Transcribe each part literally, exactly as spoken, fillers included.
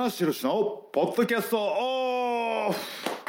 棚橋宏のポッドキャストオフ。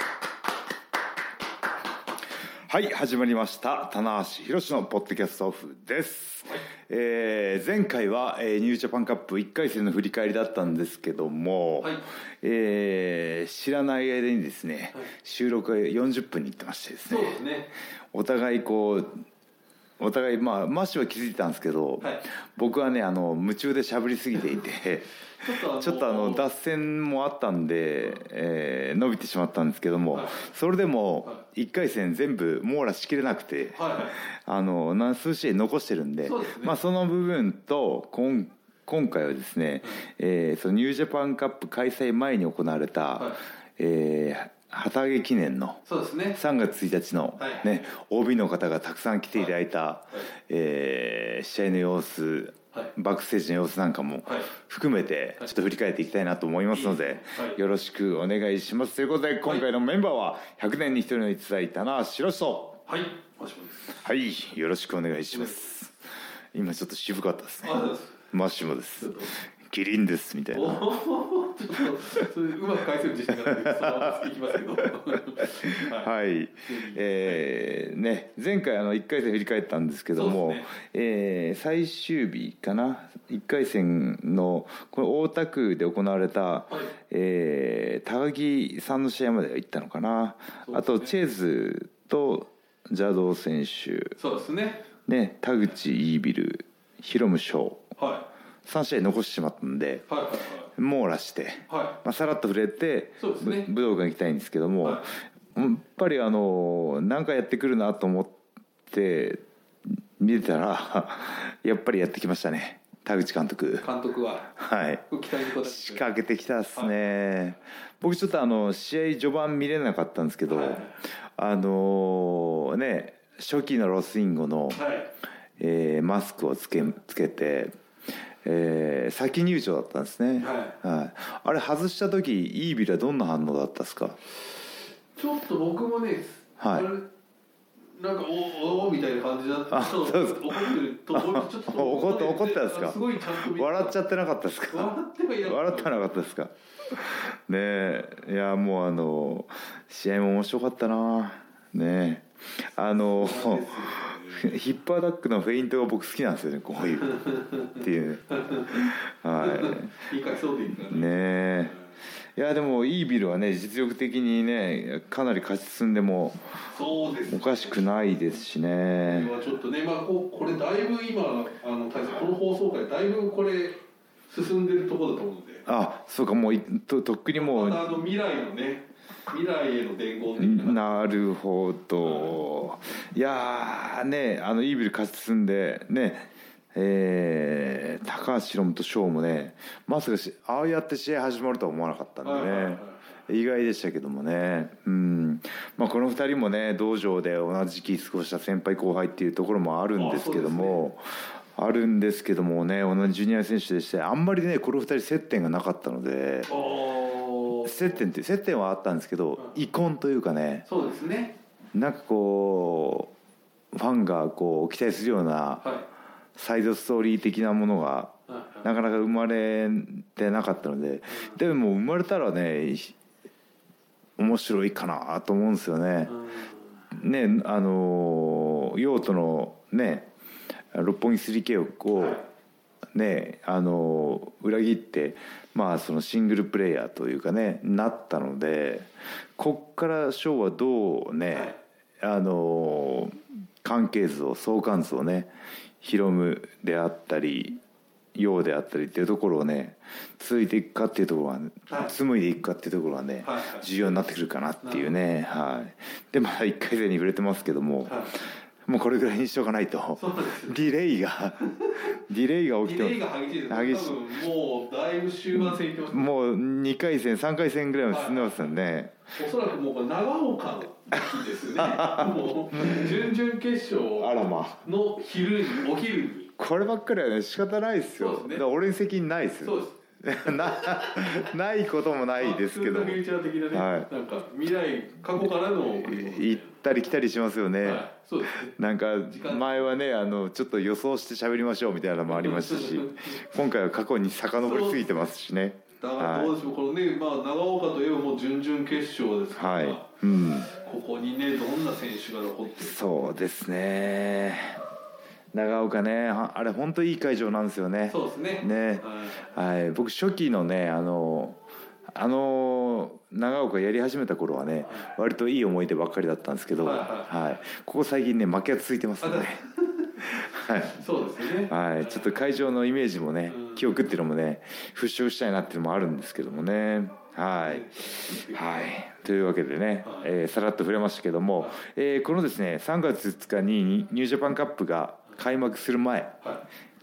はい、始まりました棚橋宏のポッドキャストオフです、はい。えー、前回は、えー、ニュージャパンカップいっかい戦の振り返りだったんですけども、はい、えー、知らない間にですね、はい、収録がよんじゅっぷんにいってましてですね、 そうですね、 お互いこうお互いまあマッシュは気づいてたんですけど、はい、僕はねあの夢中で喋りすぎていてちょっとあの脱線もあったんで、えー、伸びてしまったんですけども、はい、それでもいっかい戦全部網羅しきれなくて、はい、あの何数試合残してるん で, そ, で、ね、まあ、その部分と今今回はですね、はい、えー、そのニュージャパンカップ開催前に行われた、はい、えー旗揚げ記念のさんがつついたちの、ね、はい、オービー の方がたくさん来ていただいた、はいはい、えー、試合の様子、はい、バックステージの様子なんかも含めてちょっと振り返っていきたいなと思いますので、はい、よろしくお願いします。ということで今回のメンバーはひゃくねんに一人の逸材棚橋宏と、 はい、マシモです。 はい、よろしくお願いします。今ちょっと渋かったですね。マシモです。キリンですみたいな。ちょっとそれうまく返せる自信がないのでそのままいきますけどはい、はい、えー、ね、前回あのいっかい戦振り返ったんですけども、ね、えー、最終日かないっかい戦のこれ大田区で行われた、はい、えー、高木さんの試合まで行ったのかな、ね、あとチェーズと邪道選手、 そうですね、 ね、田口イービル、ヒロムショー、はい、さん試合残してしまったんで、はいはいはい、網羅して、はい、まあ、さらっと触れて、ね、武道館行きたいんですけども、はい、やっぱりあの何かやってくるなと思って見てたらやっぱりやってきましたね、田口監督監督は、 はい、 期待に応えて仕掛けてきたですね、はい、僕ちょっとあの試合序盤見れなかったんですけど、はい、あのね初期のロスインゴの、はい、えー、マスクをつけ、つけて、えー、先入場だったんですね、はいはい、あれ外した時イービルはどんな反応だったですか？ ちょっと僕もね、はい、なんかおおみたいな感じだった。そうですか。怒ってるとちょっと怒って怒ったんですか？ すごいちゃんと見て笑っちゃってなかったですか？ 笑ってはいなかった。 笑ってなかったですか？ねえ、いやもうあの試合も面白かったなね、あのヒップアタックのフェイントが僕好きなんですよね、こういうっていうはいいいかそうでいいかね。 ねえ、いやでもイービルはね実力的にねかなり勝ち進んでもおかしくないですしね。 これはちょっとね、まあ、こ, これだいぶ今あのこの放送回だいぶこれ進んでるところだと思うので、 あ、そうか、もう と, とっくにもう、 またあの未来のね未来への伝言的な。なるほど、いやーね、あのイービル勝ち進んでね、えー、高橋宏夢と翔もねまさかしああやって試合始まるとは思わなかったんでね、はいはいはい、意外でしたけどもね、うん、まあ、このふたりもね道場で同じ時期過ごした先輩後輩っていうところもあるんですけども、 あ, ね、あるんですけどもね、同じジュニア選手でしてあんまりねこのふたり接点がなかったので、接点って接点はあったんですけど、遺恨というかね、 そうですね、 なんかこうファンがこう期待するような、はい、サイドストーリー的なものがなかなか生まれてなかったので、でも生まれたらね面白いかなと思うんですよね。ね、あの用途のね六本木 スリーケー をね、あの裏切ってまあそのシングルプレイヤーというかねなったので、こっからショーはどうね、あの関係図を相関図をねヒロムであったりヨウであったりっていうところをね続いていくかっていうところは、ね、はい、紡いでいくかっていうところはね、はいはい、重要になってくるかなっていうね、はい、でまだいっかい戦に触れてますけども、はい、もうこれぐらいにしとかないとディレイがディレイが起きてディレイが激しいです。激しい。もうだいぶ終盤戦いきます、ね、 もうにかい戦さんかい戦ぐらいまで進んでますよね、はい、 おそらくもう長岡の日ですねもう準々決勝の昼にお昼にこればっかりはね仕方ないですよ。そうですね、だから俺に責任ないですよ。 そうですな, ないこともないですけど、 フューチャー的なね、はい、なんか未来過去からの行ったり来たりしますよね、はい、 そうですね、 なんか前はねあのちょっと予想して喋りましょうみたいなのもありましたし今回は過去に遡りすぎてますしねだからどうでしょう、はい、このね、まあ、長岡といえばもう準々決勝ですから、はい、うん、ここにねどんな選手が残ってるか。 そうですね、長岡ね、あれ本当いい会場なんですよね。 そうですね。 ね、はい、はい、僕初期のねあのあの長岡やり始めた頃はね、はい、割といい思い出ばっかりだったんですけど、はいはいはい、ここ最近ね負けが続いてますね。はい、 そうですね。 はい、ちょっと会場のイメージもね、記憶っていうのもね払拭したいなっていうのもあるんですけどもね。はい、はい、というわけでね、はい、えー、さらっと触れましたけども、はい、えー、このですねさんがつふつかにニュージャパンカップが開幕する前、はい、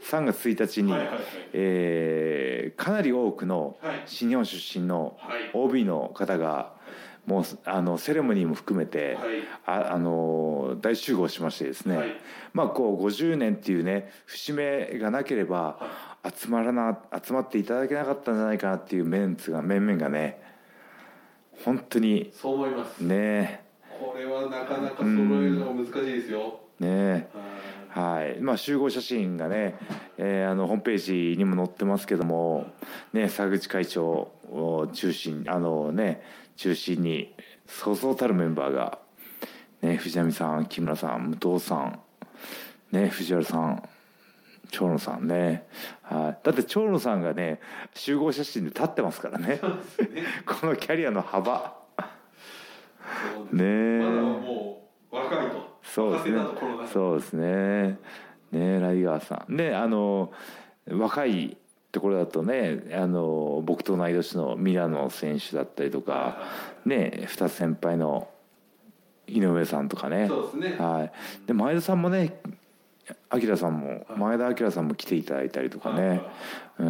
さんがつついたちに、はいはいはい、えー、かなり多くの新日本出身の オービー の方がもうあのセレモニーも含めて、はい、ああの大集合しましてですね、はい、まあこうごじゅうねんっていうね節目がなければ、はい、集まらな集まっていただけなかったんじゃないかなっていうメンツが面々がね本当にそう思いますね。 これはなかなか揃えるのが難しいですよ、 うん、ね。はい、まあ、集合写真がね、えー、あのホームページにも載ってますけども、ね、沢口会長を中心あの、ね、中心にそうそうたるメンバーが、ね、藤波さん、木村さん、武藤さん、ね、藤原さん、長野さんね、はい、だって長野さんがね集合写真で立ってますから ね, ねこのキャリアの幅ねえ、まだもう若いと。 そうですね。そうですね。ね、ライガーさん。ね、あの若いところだとね、あの僕と同い年のミラノ選手だったりとか、ね、二つ先輩の井上さんとかね。 そうですね。 はい。で前田さんもね、明さんも、前田明さんも来ていただいたりとかね。うん、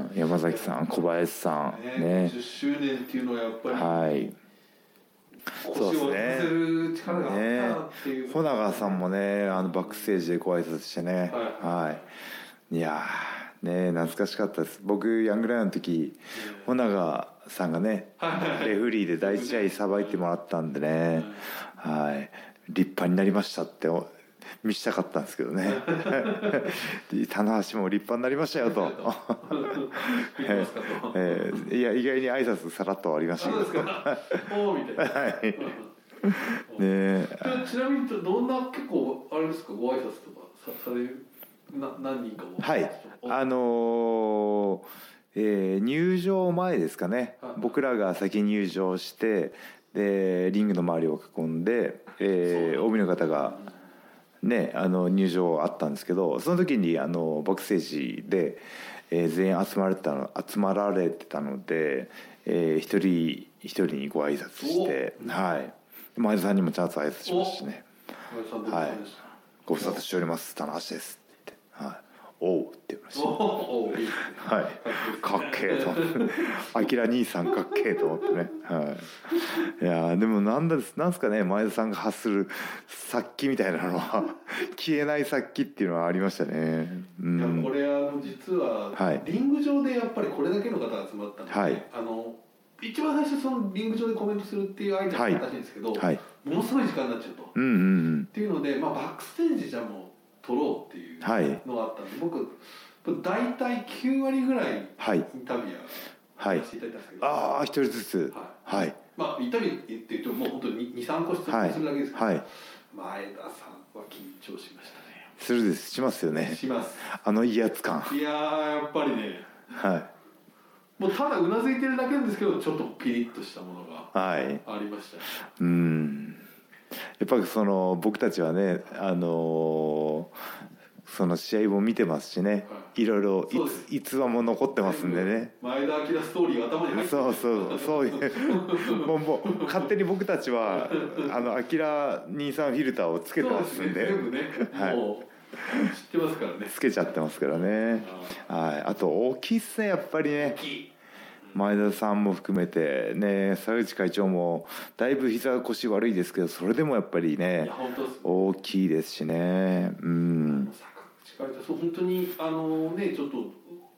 山崎さん、小林さん、ね。 じゅっしゅうねんっていうのはやっぱり。 はい。そうですね。穂永さんもねあのバックステージでご挨拶してね、はい、はい、いやーね懐かしかったです。僕ヤングライオンの時穂永さんがねレフリーで第一試合さばいてもらったんでね、はい、立派になりましたって見せたかったんですけどね棚橋も立派になりましたよとえーえー、いや意外に挨拶さらっと終わりましたけどそうですかおーみたいな、はいね、 ちなみにどんな結構あれですかご挨拶とか さ, されるな何人かもはいあのーえー、入場前ですかね、はい、僕らが先入場してでリングの周りを囲んで、えー、オービーの方がね、あの入場あったんですけどその時にあのバックステージで、えー、全員集まれたの集まられてたので、えー、一人一人にご挨拶して、はい、前田さんにもチャンス挨拶しますしね、はい、ご無沙汰しております棚橋ですって言って、はい、おうって言うらしい、はい、かっけえとあきら兄さんかっけえと思ってね、はい、いやでもなんだなんですかね前田さんが発する殺気みたいなのは消えない殺気っていうのはありましたね、 うん、いやこれあの実は、はい、リング上でやっぱりこれだけの方が集まったので、はい、あの一番最初そのリング上でコメントするっていうアイデアだったらしいんですけど、はいはい、ものすごい時間になっちゃうと、うんうんうん、っていうので、まあ、バックステージじゃもう撮ろうっていうのがあったんで、はい、僕大体きゅうわりぐらいインタビュアーしていただいたんですけど、 はいはい、ああ一人ずつはい、はい、まあインタビューって言うともう本当に にさんこ質問するだけですけど、はいはい、前田さんは緊張しましたね。 するですしますよね。 します。 あの威圧感。 いややっぱりね、 はいもうただうなずいてるだけですけどちょっとピリッとしたものがありました、ね、はい、 うんやっぱりその僕たちはねあのー、その試合も見てますしね、はい、いろいろ逸話も残ってますんでね前田明ストーリーが頭に入ってそうそうそういうもうもう勝手に僕たちはあの明兄さんフィルターをつけてますんで、 ね、全部ね、はい、もう知ってますからねつけちゃってますからね、はい、あと大きいっすねやっぱりね前田さんも含めてね沢口会長もだいぶ膝腰悪いですけどそれでもやっぱりね大きいですしねうん沢口会長本当にあのねちょっと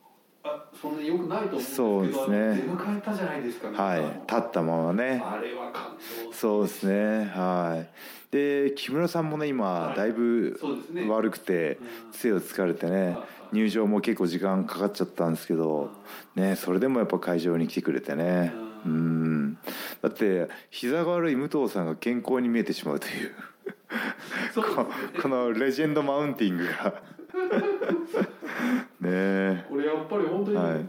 あそんなに良くないと思うんですけど、 そうですね、 出迎えたじゃないですか、 はい、立ったままね。 あれは感動。 そうですね、はい。で木村さんもね今だいぶ悪くて杖を疲れてね、入場も結構時間かかっちゃったんですけどね、それでもやっぱ会場に来てくれてね、うん、だって膝が悪い武藤さんが健康に見えてしまうというこ, このレジェンドマウンティングがね、 これやっぱり本当に、はい、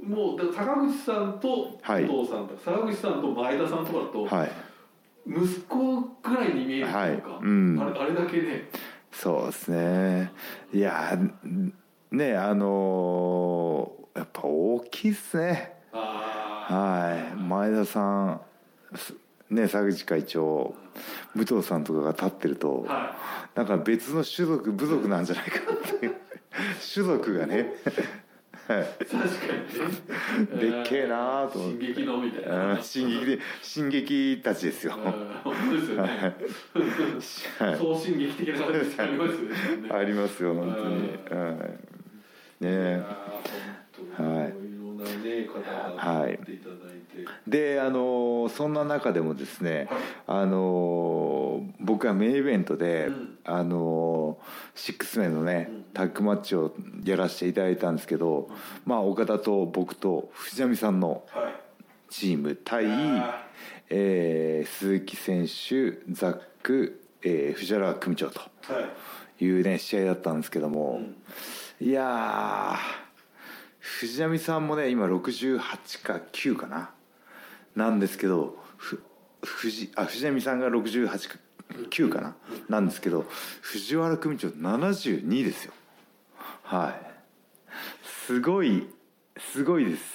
もう坂口さんと武藤さんと、はい、坂口さんと前田さんとかだと、はい、息子ぐらいに見えるというか、はい、うん、あれ、あれだけね。 そうですね。いやね、あのー、やっぱ大きいっすね。はい、前田さんね、坂口会長、武藤さんとかが立ってると、はい、なんか別の種族部族なんじゃないかっていう種族がねはい、確かにねでっけえなーと思って、 進撃のみたいな、 進撃で進撃たちですよ。 本当ですよね。そう進撃的な感じありますよね。 ありますよ本当に。はいねえ、はい。 ね、 はい、であのそんな中でもですね、はい、あの僕はメインイベントで、うん、あのシックスメンのね、うん、タッグマッチをやらせていただいたんですけど、うん、まあ岡田と僕と藤波さんのチーム対、はい、えー、鈴木選手、ザック、えー、藤原組長というね、はい、試合だったんですけども、うん、いやー藤波さんもね今ろくじゅうはちかきゅうかななんですけど、藤あ藤波さんがろくじゅうはちかきゅうかななんですけど、藤原組長ななじゅうにですよ。はい、すごいすごいです。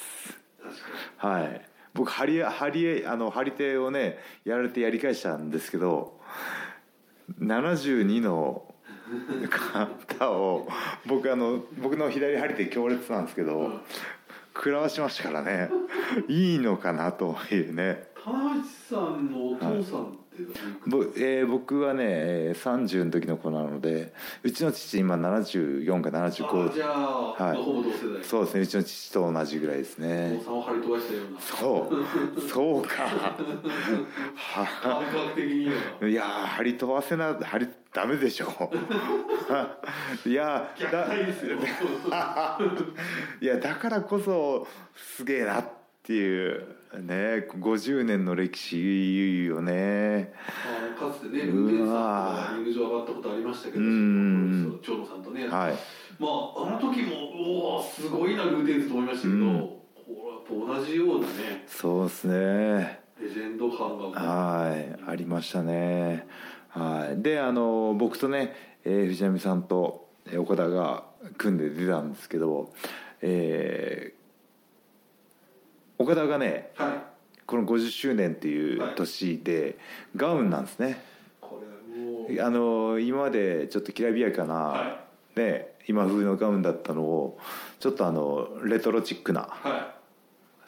はい、僕張り張りあの張り手をねやられてやり返したんですけど、ななじゅうにの方を僕あの僕の左張り手強烈なんですけど、うん、食らわしましたからねいいのかなというね。 田内さんのお父さんってどういう、えー、僕はねさんじゅうの時の子なので、うちの父今ななじゅうよんかななじゅうご。 あじゃあ、はい、ほぼ同世代。 そうですね、うちの父と同じぐらいですね。 お父さんを張り飛ばしたような。 そうそうか感覚的にいや張り飛ばせな張りダメでしょいやだいやだからこそすげえなっていうね、ごじゅうねんの歴史をね。 あかつてねルーテンさんとリング上上がったことありましたけど、長野さんとね、はい、まああの時もおおすごいなルーテンズと思いましたけど、うん、これと同じようなね。 そうですね、 レジェンド感がはいありましたね。はい、であの僕とね、えー、藤波さんと岡田が組んで出たんですけど、えー、岡田がね、はい、このごじゅっしゅうねんっていう年でガウンなんですね。これもあの今までちょっときらびやかな、はい、ね、今風のガウンだったのをちょっとあのレトロチックな、はい、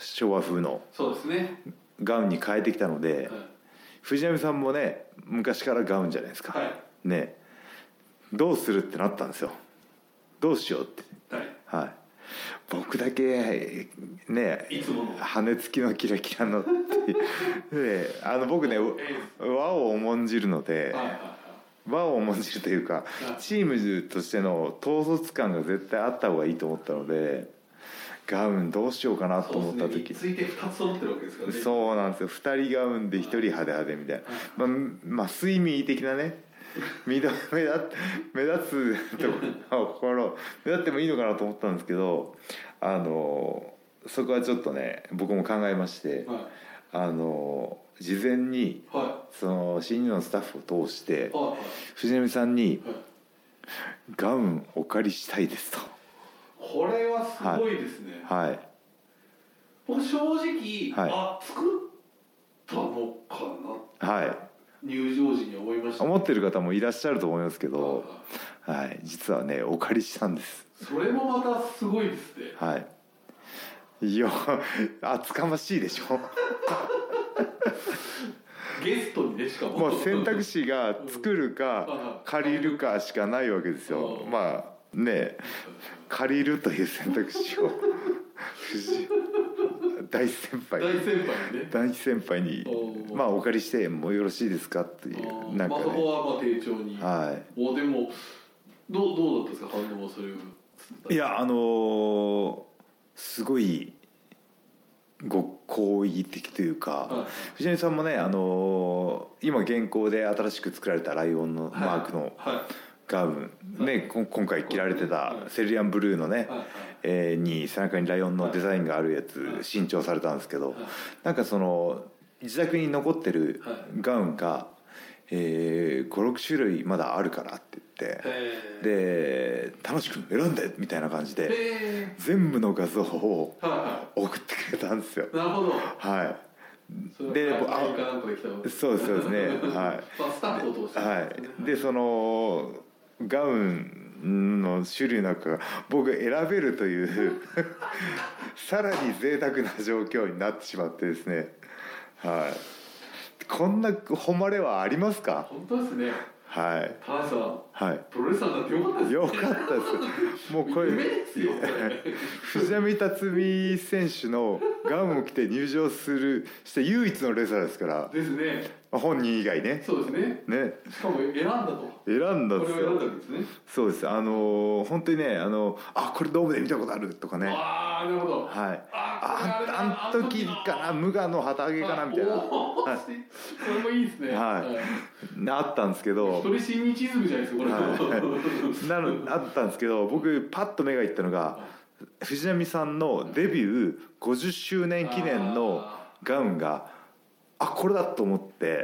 昭和風のガウンに変えてきたので、はい、藤波さんもね昔からガウンじゃないですか、はい、ね、どうするってなったんですよ。どうしようって、はいはい、僕だけねいつもの羽付きのキラキラのであの僕ね和を重んじるので、はいはいはい、和を重んじるというか、はい、チームとしての統率感が絶対あった方がいいと思ったので、ガウンどうしようかなと思った時、 ついてふたつ揃ってるわけですからね。 そうなんですよ、ふたりガウンでひとり派手派手みたいな、まあ、まあ睡眠的なね目立目立目立つところ目立ってもいいのかなと思ったんですけど、あのそこはちょっとね僕も考えまして、はい、あの事前に、はい、その新日のスタッフを通して、はい、藤波さんに、はい、ガウンお借りしたいですと。 これはすごいですね。 はい、はい、 僕正直、はい、あ作ったのかな、はい、入場時に思いました、ね、 思ってる方もいらっしゃると思いますけど、はい、はい、実はねお借りしたんです。 それもまたすごいですね。 はい、いや厚かましいでしょゲストにね、しかももう選択肢が作るか借りるかしかないわけですよ。まあね、借りるという選択肢を藤大先輩大先輩ね大先輩にまあお借りしてもよろしいですかっていうなんか、ね、 まあ、そこはまあ丁重に、はい、おでもどうどうだったですか反応はそれいやあのー、すごいご好意的というか、はい、藤波さんもね、あのー、今現行で新しく作られたライオンのマークのガウン、はいはい、ね、今回着られてたセルリアンブルーのね、はいえー、に背中にライオンのデザインがあるやつ新調されたんですけど、なんかその自宅に残ってるガウンが、えー、ごろく種類まだあるからって言ってで楽しく選んでみたいな感じで全部の画像を送ってくれたんですよ。 なるほど。 はい。で、あ、そうですそうですね。はい。 スタッフを通して。 はい。でそのガウンの種類の中僕選べるというさらに贅沢な状況になってしまってですね。はい。こんな誉れはありますか？ 本当ですね。 はい。 田中さん、 はい。 プロレスラーになってよかったですね。 よかったです。もうこれ夢ですよ。 藤波辰巳選手のガウンを着て入場するして唯一のレスラーですから。 ですね。 本人以外ね。 そうですね。 ね。 しかも選んだと。 選んだんですよ。 これを選んだんですね。 そうです。あの本当にね、あのあこれドームで見たことあるとかね。 ああなるほど。 はい。 あああん時かな、無我の旗揚げかなみたいな。 それもいいですね。 はい。あったんですけど。 一人新日イズムじゃないですかこれ。 なのあったんですけど、僕パッと目がいったのが藤波さんのデビューごじゅっしゅうねん記念のガウンがあこれだと思って、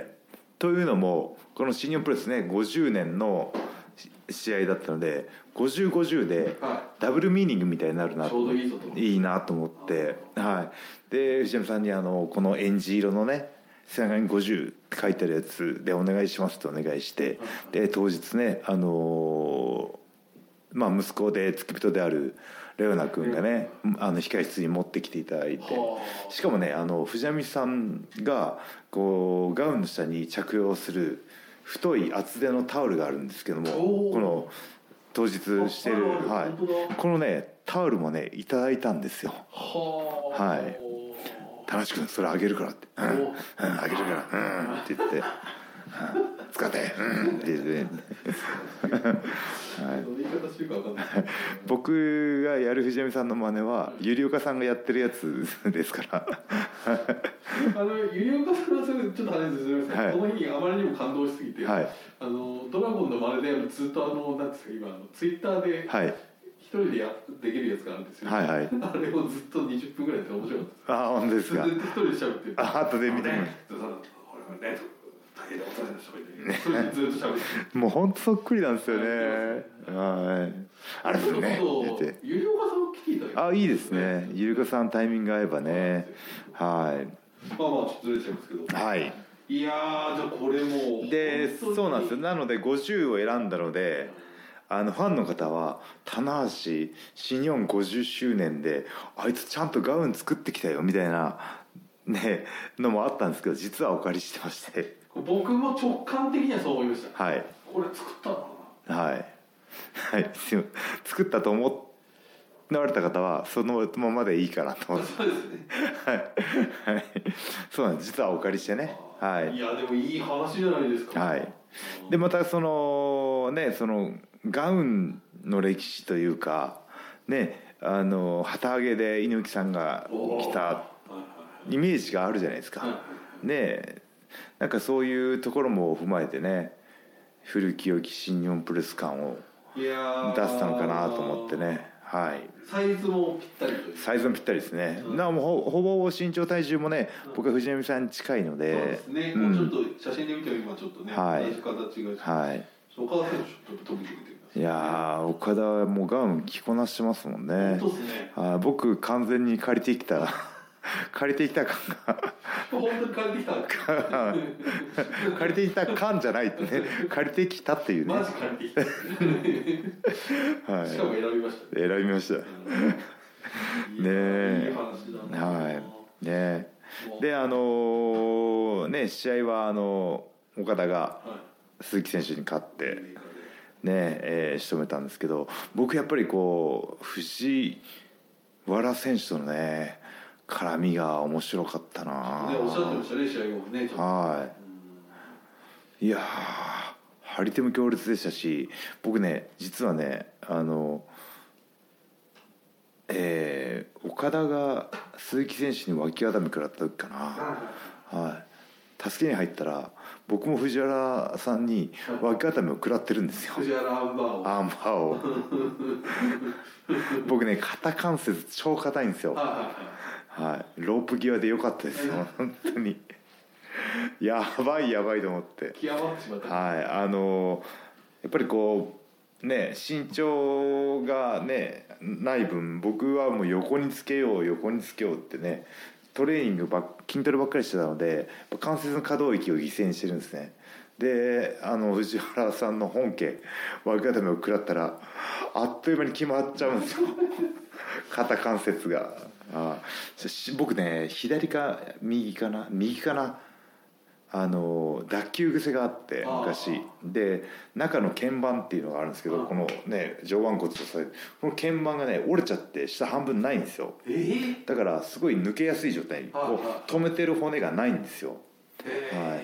というのもこの新日本プロレスねごじゅうねんの試合だったのでごじゅうごじゅうでダブルミーニングみたいになるなと、いいなと思って、はい、で藤波さんにあのこのえんじ色のね背中にごじゅうって書いてあるやつでお願いしますってお願いして、で当日ねあのー、まあ息子で付き人であるレオナ君がね、あの控室に持ってきていただいて、しかもねあの藤波さんがこうガウンの下に着用する太い厚手のタオルがあるんですけども、この当日してる、はい、このねタオルもねいただいたんですよ。はい。田中君それあげるからって、うん、うん、あげるからうんって言って、うん、使ってうんって言って、はい、僕がやる藤波さんの真似はゆりおかさんがやってるやつですからあのゆりおかさんはそれちょっと話すみません、はい、この日あまりにも感動しすぎて、はい、あのドラゴンの真似でずっとあのなんですか今あのツイッターで、はい、一人でやできるやつがあるんですよ、はいはい、あれをずっとにじゅっぷんぐらいやって面白かったです。 あ、本当ですか。 ずっと一人で喋ってる。 あ、後で見てみます。ずっと喋ってもう本当そっくりなんですよね。はい。あれですね。 ゆりおかさんを来ていただいて。 あ、いいですね。ゆりおかさんタイミング合えばね。はい。 まあまあちょっとずれちゃいますけど。 はい。 いやーじゃあこれもでそうなんですよ。なのでごじゅうを選んだので。あのファンの方は棚橋新日本ごじゅっしゅうねんであいつちゃんとガウン作ってきたよみたいなねのもあったんですけど、実はお借りしてまして、 僕も直感的にはそう思いました。 はい。 これ作ったのかな。 はいはい作ったと思われた方はそのままでいいかなと思って。 そうですね。 はいはい。そうなんです。実はお借りしてね。はい。 いやでもいい話じゃないですか。 はい。でまたそのねそのガウンの歴史というかね、あの旗揚げで猪木さんが来たイメージがあるじゃないですか。ね、なんかそういうところも踏まえてね、古き良き新日本プロレス感を出したのかなと思ってね。はい。 サイズもぴったりという。 サイズもぴったりですね。うん、なもう ほ, ほぼ身長体重もね、うん、僕は藤波さんに近いので。 そうですね。うん、もうちょっと写真で見ても今ちょっとね、はい、同じ形が。はい。岡田選手ちょっと飛び出てみて。 いやー岡田はもうガウン着こなしてますもんね。 本当ですね。 あ僕完全に借りてきた借りてきた感が本当に借りてきた借りてきた感じゃないってね、借りてきたっていうね。 マジ借りてきた、はい、しかも選びました、 ね、選びました、うん、ねえ、 いい話だな。 はいねえであのー、ね試合はあの岡田が鈴木選手に勝って、はいねえー、仕留めたんですけど、僕やっぱりこう藤和良選手とのね絡みが面白かったな、 ね、おっしゃってましたね試合後もね。 はい、いやー張り手も強烈でしたし、僕ね実はねあのえー、岡田が鈴木選手に脇固め食らった時かな、はい、助けに入ったら僕も藤原さんに脇固めを食らってるんですよ。 藤原アンバーをアンバーを僕ね肩関節超硬いんですよ。はい、ロープ際でよかったですよ本当にやばいやばいと思って極まってしまった。 はい、あのやっぱりこうね身長がねない分僕はもう横につけよう横につけようってねトレーニングば筋トレばっかりしてたので関節の可動域を犠牲にしてるんですね。であの藤原さんの本家脇固めを食らったらあっという間に決まっちゃうんですよ肩関節が。あ僕ね左か右かな右かなあの脱臼癖があって昔で中の腱板っていうのがあるんですけどこのね上腕骨とさこの腱板がね折れちゃって下半分ないんですよ、 えー、 だからすごい抜けやすい状態にこう止めてる骨がないんですよ、はい、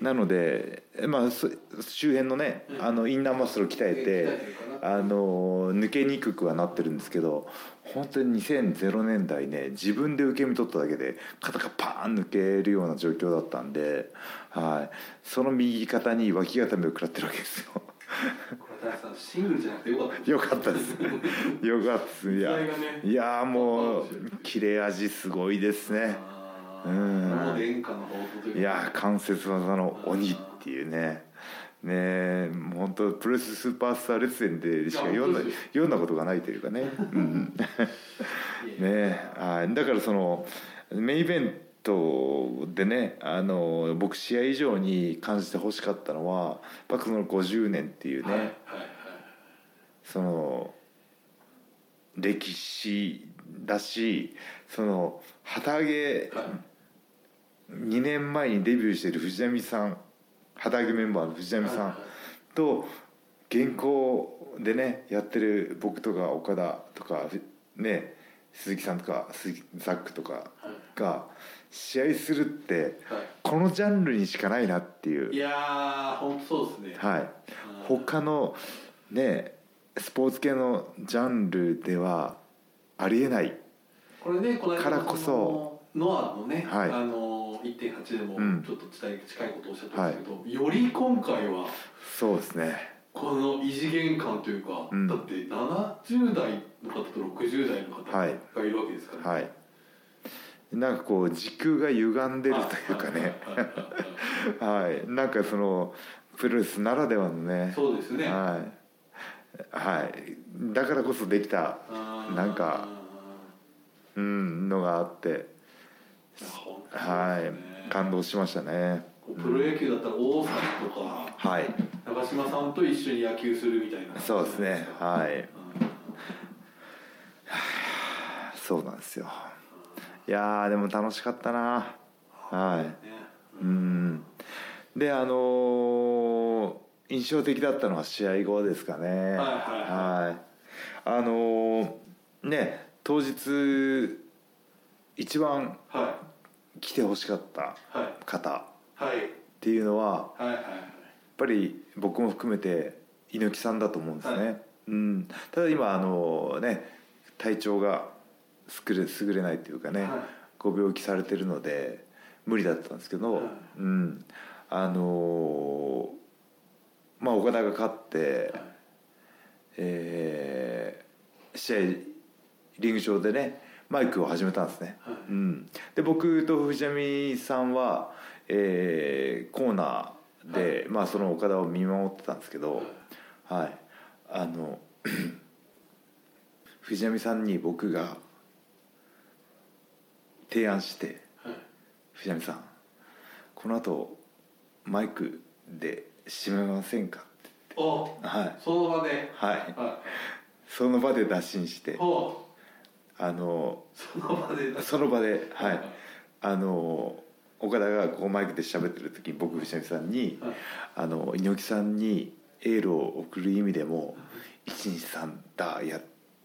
なので、まあ、周辺のねあのインナーマッスルを鍛えてあの抜けにくくはなってるんですけど本当ににせんねんだいね自分で受け身取っただけで肩がパーン抜けるような状況だったんで、はい、その右肩に脇固めを食らってるわけですよこれ田中さんシングルじゃなくてよかったですよかったですよかったですいや、ね、いやもう切れ味すごいですね。うんいや関節技の鬼っていうねねもう本当プロレススーパースター列伝でしか読んだ読んだことがないというかね、うん、ねあだからそのメインイベントでねあの僕試合以上に感じてほしかったのはやっぱそのごじゅうねんっていうね、はいはいはい、その歴史だしその旗揚げ、はいにねんまえにデビューしている藤波さん旗揚げメンバーの藤波さんと現行でねやってる僕とか岡田とかね鈴木さんとかザックとかが試合するってこのジャンルにしかないなっていう。 いやー本当そうですね。 はい、他のねスポーツ系のジャンルではありえないからこそノアのね、はい、あの いってんはち でもちょっと近いことをおっしゃってますけど、うんはい、より今回はそうですねこの異次元感というか、うん、だってななじゅうだいの方とろくじゅうだいの方がいるわけですからね、はいはい、 なんかこう時空が歪んでるというかねはいなんかそのプロレスならではのねそうですねはい、はい、だからこそできたなんかうんのがあってはい、感動しましたね。 プロ野球だったら大崎とか、はい、長嶋さんと一緒に野球するみたいな。 そうですね。はい。そうなんですよ。いやーでも楽しかったな。はい。うん。であのー、印象的だったのは試合後ですかね。はいはいはい。はい、あのー、ね当日一番、はい来てほしかった方っていうのはやっぱり僕も含めて猪木さんだと思うんですね、はいうん、ただ今あのね体調が優れ、優れないというかね、はい、ご病気されてるので無理だったんですけど、はいうん、あのまあ岡田が勝って、はいえー、試合リング上でねマイクを始めたんですね、はいうん、で僕と藤波さんは、えー、コーナーで、はいまあ、その岡田を見守ってたんですけど、はいはい、あの藤波さんに僕が提案して、はい、藤波さんこの後マイクで締めませんかって言って、 はい、その場で、 はいはい、その場で打診してあのその場でその場ではいあの岡田がこうマイクで喋ってる時に僕藤波さんに、はい、あの猪木さんにエールを送る意味でもいちにちさんだや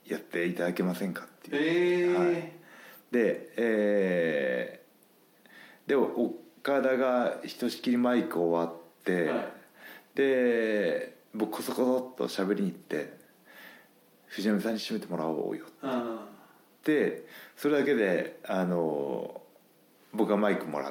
やっていただけませんかっていう、 えーはい、 で、えー、で岡田がひとしきりマイク終わって、はい、で僕こそこそっと喋りに行って藤波さんに締めてもらおうよってそれだけであの僕がマイクもらって、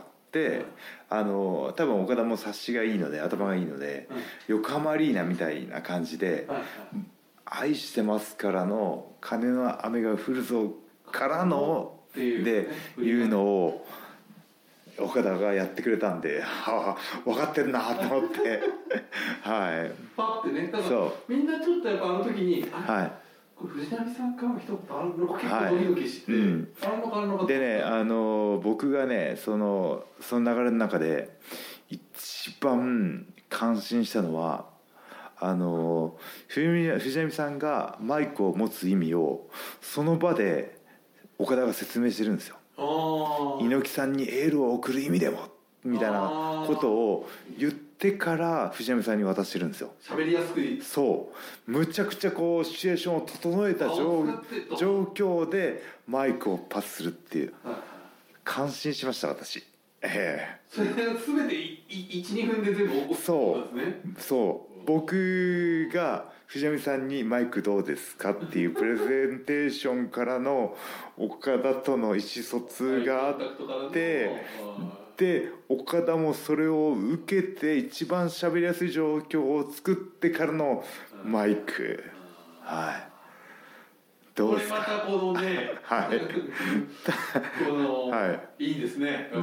はい、あの多分岡田も察しがいいので頭がいいので、はい、横浜アリーナみたいな感じで、はいはい、愛してますからの鐘の雨が降るぞからのっていう、ね、でいうのを岡田がやってくれたんで、はあ、分かってるなと思ってはいパッてね、だからみんなちょっとやっぱあの時にはいこれ藤波さんからの一言あるのか結構ドキドキして、はいうん、あるのかあるのかでねあの僕がねそのその流れの中で一番感心したのはあの藤波さんがマイクを持つ意味をその場で岡田が説明してるんですよ。猪木さんにエールを送る意味でもみたいなことを言ってから藤波さんに渡してるんですよ。 喋りやすくいいそうむちゃくちゃこうシチュエーションを整えた 状, 状況でマイクをパスするっていう、はい、感心しました私。ええそれが全て いちにふんで全部起こったんですね。 そうそう僕が藤波さんにマイクどうですかっていうプレゼンテーションからの岡田との意思疎通があってで岡田もそれを受けて一番喋りやすい状況を作ってからのマイクはいどうですかこれまたこのねはいこの、はい、いいですねね、うん、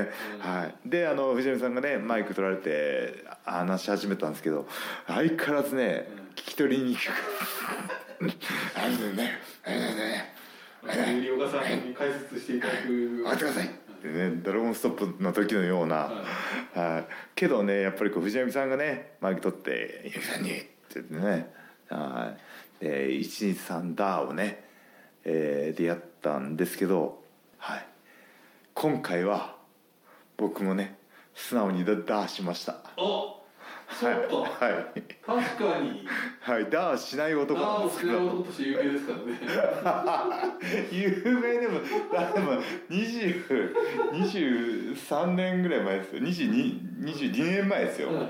はいであの藤波さんがねマイク取られて話し始めたんですけど相変わらずね、うん、聞き取りにくくあのねあのね森岡さんに解説していただく待ってくださいってねドラゴンストップの時のような、はいはい、けどねやっぱりこう藤波さんがねマイク取って「猪木さんに」って言ってねはいでいちにちさんダーをね、えー、でやったんですけど、はい、今回は僕もね素直にダーしました。 おそうか、 はいはい、 確かにはいダーしない男なんですけどダーをしない男として有名ですからね有名でもでもにじゅう、にじゅうさんねんぐらい前ですよにじゅうに、にじゅうにねんまえですよ、はい、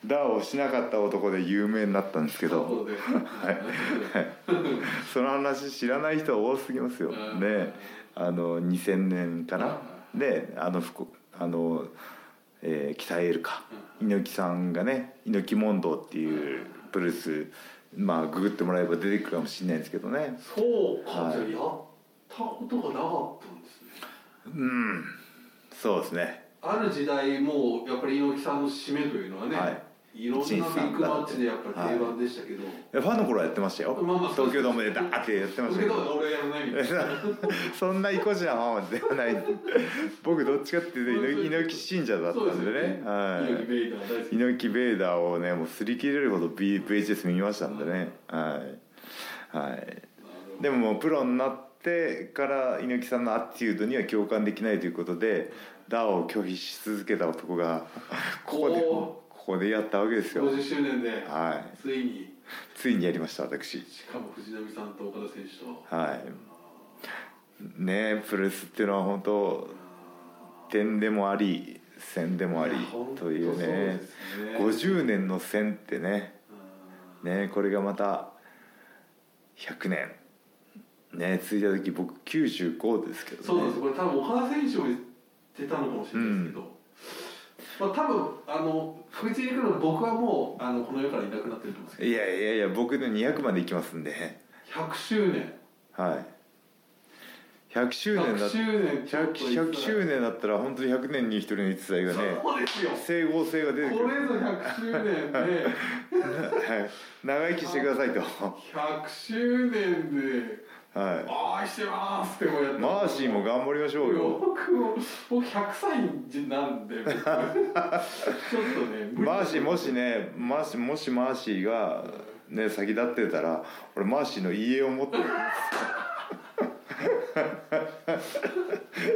ダーをしなかった男で有名になったんですけどそうで、はい、その話知らない人多すぎますよね。あのにせんねんかなであの福あのえー、鍛えるか、うん、猪木さんがね猪木問答っていうプロレスまあググってもらえば出てくるかもしれないですけどね。 そうか、はい、じゃあやったことがなかったんですね。 うんそうですね。 ある時代もうやっぱり猪木さんの締めというのはね、はい、いろんなビッグマッチでやっぱり定番でしたけど、はい、 ファンの頃はやってましたよ、まあまあ、東京ドームでダーってやってましたけど東京ドームで俺やらないみたいなそんな意固地なままではない僕どっちかっていうと猪木信者だったんでね、 猪木ベイダー大好き猪木ベイダーをねもう擦り切れるほど ブイエイチエス 見ましたんでね、はいはい、でももうプロになってから猪木さんのアティチュードには共感できないということでダーを拒否し続けた男がここでここでやったわけですよ。 ごじゅっしゅうねんで、 はい、 ついについにやりました私。 しかも藤波さんと岡田選手とはいねプロレスっていうのは本当点でもあり線でもありというねごじゅうねんの線ってねねこれがまたひゃくねんね続いた時僕きゅうじゅうごですけどね。 そうですこれ多分岡田選手も言ってたのかもしれないですけど、うんまあ、多分あの確実にいくの僕はもうあのこの世からいなくなってると思うんですけどいやいやいや僕でにひゃくまでいきますんでひゃくしゅうねんはいひゃくしゅうねんだったらひゃくしゅうねんだったら本当にひゃくねんに一人の逸材がねそうですよ整合性が出てくるこれぞひゃくしゅうねんで、はい、 長生きしてくださいとひゃくしゅうねんではい、愛してますってもやってマーシーも頑張りましょうよ。 僕も僕ひゃくさいなんでちょっとねマーシーもしねマーシーもしマーシーがね先立ってたら俺マーシーの遺影を持ってるんです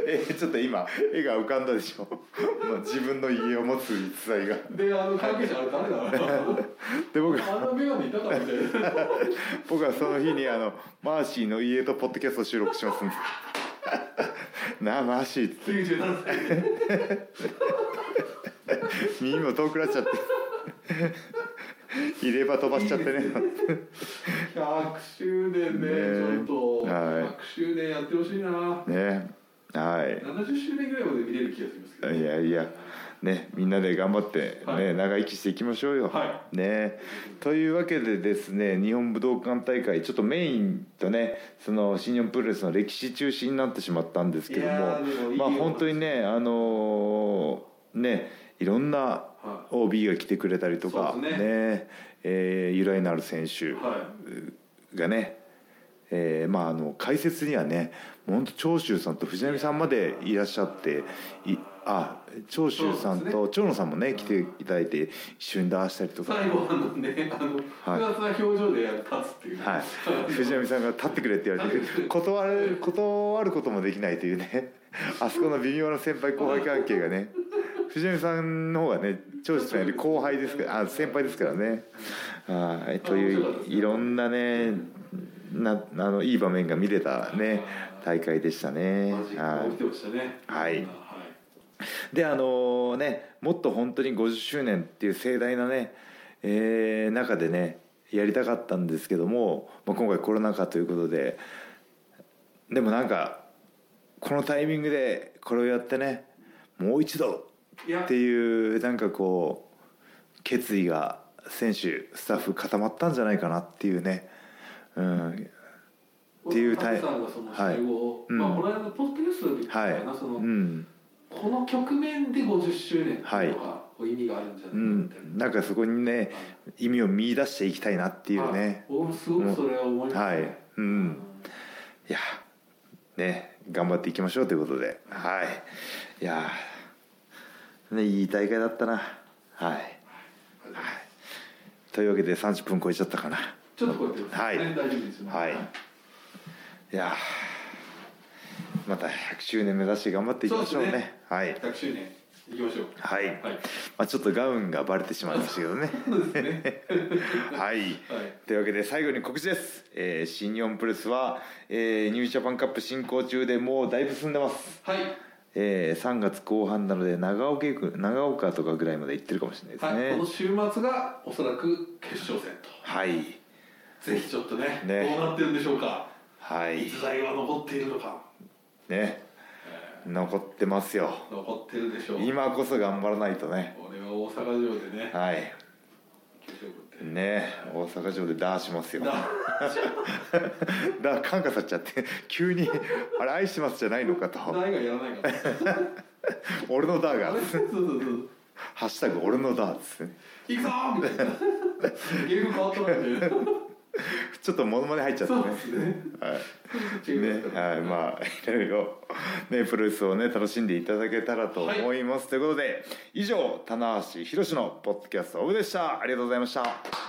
えちょっと今絵が浮かんだでしょ自分の家を持つ逸材がであの関係者あれ誰だろうで僕あんなメガネいたかみたいな僕はその日にあのマーシーの家とポッドキャストを収録しますんでなあマーシーってきゅうじゅうななさい耳も遠くなっちゃって入れ歯飛ばしちゃってねひゃくしゅうねんね、ねちょっと、はい、ひゃくしゅうねんやってほしいなねはいななじゅっしゅうねんぐらいまで見れる気がしますけど、ね、 いやいやねみんなで頑張ってね、はい、長生きしていきましょうよ、 はい、 ねというわけでですね日本武道館大会ちょっとメインとねその新日本プロレスの歴史中心になってしまったんですけどもまあ本当にねあのー、ねいろんな オービー が来てくれたりとか、ねねえー、由来のある選手がね、はいえーまあ、あの解説にはね本当長州さんと藤波さんまでいらっしゃっていあ長州さんと長野さんもね来ていただいて一緒に出したりとか最後あのねあの複雑な表情で立つっていう、 はい、藤波さんが立ってくれって言われて断る断ることもできないというねあそこの微妙な先輩後輩関係がね藤波さんの方がね長州さんより後輩ですからあ先輩ですからねはいといういろんなねなあのいい場面が見れたね大会でしたね。はい。であのねもっと本当にごじゅっしゅうねんっていう盛大なね、えー、中でねやりたかったんですけども、まあ、今回コロナ禍ということででもなんかこのタイミングでこれをやってねもう一度っていうなんかこう決意が選手スタッフ固まったんじゃないかなっていうね。うん、っていうタイプ。さんがその最後、はいまあ、この間のポッドキャストで言ったかな、はいそのうん、この局面でごじゅっしゅうねんっていうのが意味があるんじゃないかなって、うん、 なんかそこにね、はい、意味を見出していきたいなっていうね。 僕もすごくそれは思いますね。はい、うん、うん、 いやね頑張っていきましょうということで、はい、いやねいい大会だったな。はい、はい、というわけでさんじゅっぷん超えちゃったかな。 ちょっと超えてますね。はい、大丈夫ですよ。 はい。いやまたひゃくしゅうねん目指して頑張っていきましょうね。うねはい。 ひゃくしゅうねんいきましょう。 はい。はい、まあちょっとガウンがバレてしまいましたけどね。 そうですね。 はい。はい、というわけで最後に告知です。えー、新日本プロレスは、えー、ニュージャパンカップ進行中でもうだいぶ進んでます。 はい。 えー、さんがつこう半なので長岡長岡とかぐらいまで行ってるかもしれないですね。 はい、この週末がおそらく決勝戦と。 はい。 ぜひちょっと ね, ねどうなってるんでしょうか。 はい。 逸材は残っているのか。 ね。えー、残ってますよ。 残ってるでしょう。 今こそ頑張らないとね。 俺は大阪城でね。 はい。ね大阪城でダーしますよ。ダー感化されちゃって急にあれ愛してますじゃないのかと。 ダーがやらないから。 俺のダーが。 そうそうそう。 ハッシュタグ俺のダーですね。 行くぞーみたいな。ゲーム変わったなみたいな。 ちょっとモノマネ入っちゃってね。 そうですね。 はい。ね、はい、まあいろいろねプロレスをね楽しんでいただけたらと思います、はい、ということで以上棚橋宏のポッドキャストオブでした。ありがとうございました。